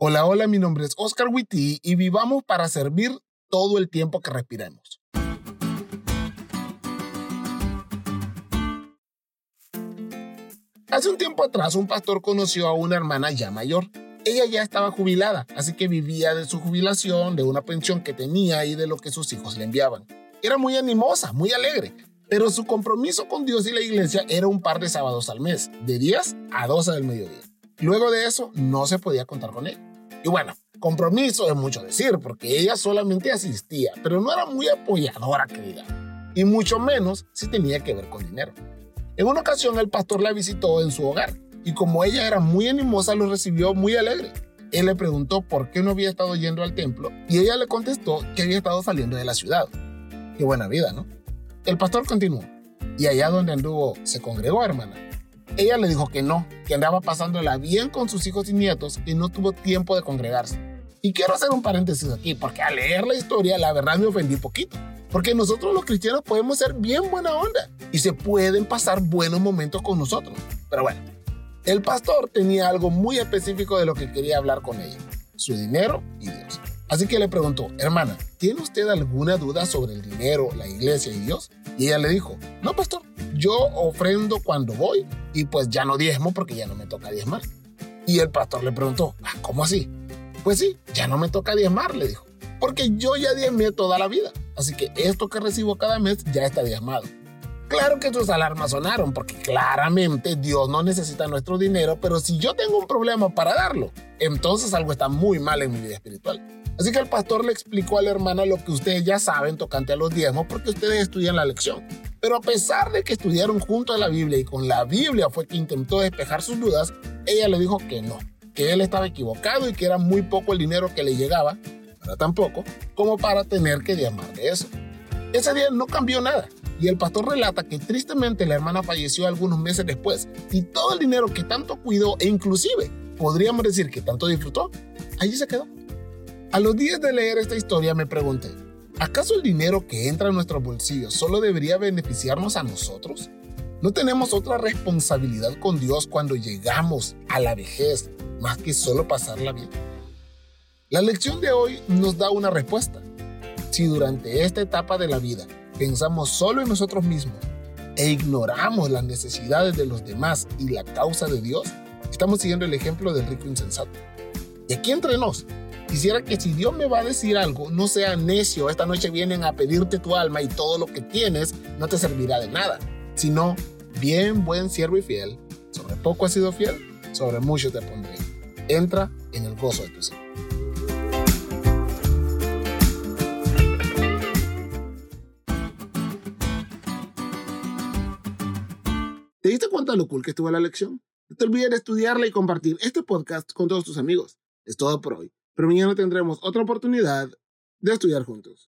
Hola, hola, mi nombre es Oscar Witty y vivamos para servir todo el tiempo que respiremos. Hace un tiempo atrás, un pastor conoció a una hermana ya mayor. Ella ya estaba jubilada, así que vivía de su jubilación, de una pensión que tenía y de lo que sus hijos le enviaban. Era muy animosa, muy alegre, pero su compromiso con Dios y la iglesia era un par de sábados al mes, de 10 a 12 del mediodía. Luego de eso, no se podía contar con él. Y bueno, compromiso es mucho decir, porque ella solamente asistía, pero no era muy apoyadora, que digamos, y mucho menos si tenía que ver con dinero. En una ocasión, el pastor la visitó en su hogar, y como ella era muy animosa, lo recibió muy alegre. Él le preguntó por qué no había estado yendo al templo, y ella le contestó que había estado saliendo de la ciudad. Qué buena vida, ¿no? El pastor continuó, y allá donde anduvo, ¿se congregó, hermana? Ella le dijo que no, que andaba pasándola bien con sus hijos y nietos y no tuvo tiempo de congregarse. Y quiero hacer un paréntesis aquí, porque al leer la historia, la verdad me ofendí poquito. Porque nosotros los cristianos podemos ser bien buena onda y se pueden pasar buenos momentos con nosotros. Pero bueno, el pastor tenía algo muy específico de lo que quería hablar con ella: su dinero y Dios. Así que le preguntó, hermana, ¿tiene usted alguna duda sobre el dinero, la iglesia y Dios? Y ella le dijo, no, pastor, yo ofrendo cuando voy y pues ya no diezmo porque ya no me toca diezmar. Y el pastor le preguntó, ¿cómo así? Pues sí, ya no me toca diezmar, le dijo, porque yo ya diezmé toda la vida, así que esto que recibo cada mes ya está diezmado. Claro que sus alarmas sonaron, porque claramente Dios no necesita nuestro dinero, pero si yo tengo un problema para darlo, entonces algo está muy mal en mi vida espiritual. Así que el pastor le explicó a la hermana lo que ustedes ya saben tocante a los diezmos, porque ustedes estudian la lección. Pero a pesar de que estudiaron juntos la Biblia y con la Biblia fue que intentó despejar sus dudas, ella le dijo que no, que él estaba equivocado y que era muy poco el dinero que le llegaba, pero tampoco, como para tener que diezmar de eso. Ese día no cambió nada. Y el pastor relata que tristemente la hermana falleció algunos meses después y todo el dinero que tanto cuidó e inclusive podríamos decir que tanto disfrutó, allí se quedó. A los días de leer esta historia me pregunté, ¿acaso el dinero que entra en nuestros bolsillos solo debería beneficiarnos a nosotros? ¿No tenemos otra responsabilidad con Dios cuando llegamos a la vejez más que solo pasarla bien? La lección de hoy nos da una respuesta. Si durante esta etapa de la vida pensamos solo en nosotros mismos e ignoramos las necesidades de los demás y la causa de Dios, estamos siguiendo el ejemplo del rico insensato. Y aquí entre nos, quisiera que si Dios me va a decir algo, no sea necio, esta noche vienen a pedirte tu alma y todo lo que tienes no te servirá de nada, sino, bien, buen siervo y fiel, sobre poco has sido fiel, sobre mucho te pondré. Entra en el gozo de tu Señor. ¿Te diste cuenta de lo cool que estuvo la lección? No te olvides de estudiarla y compartir este podcast con todos tus amigos. Es todo por hoy, pero mañana tendremos otra oportunidad de estudiar juntos.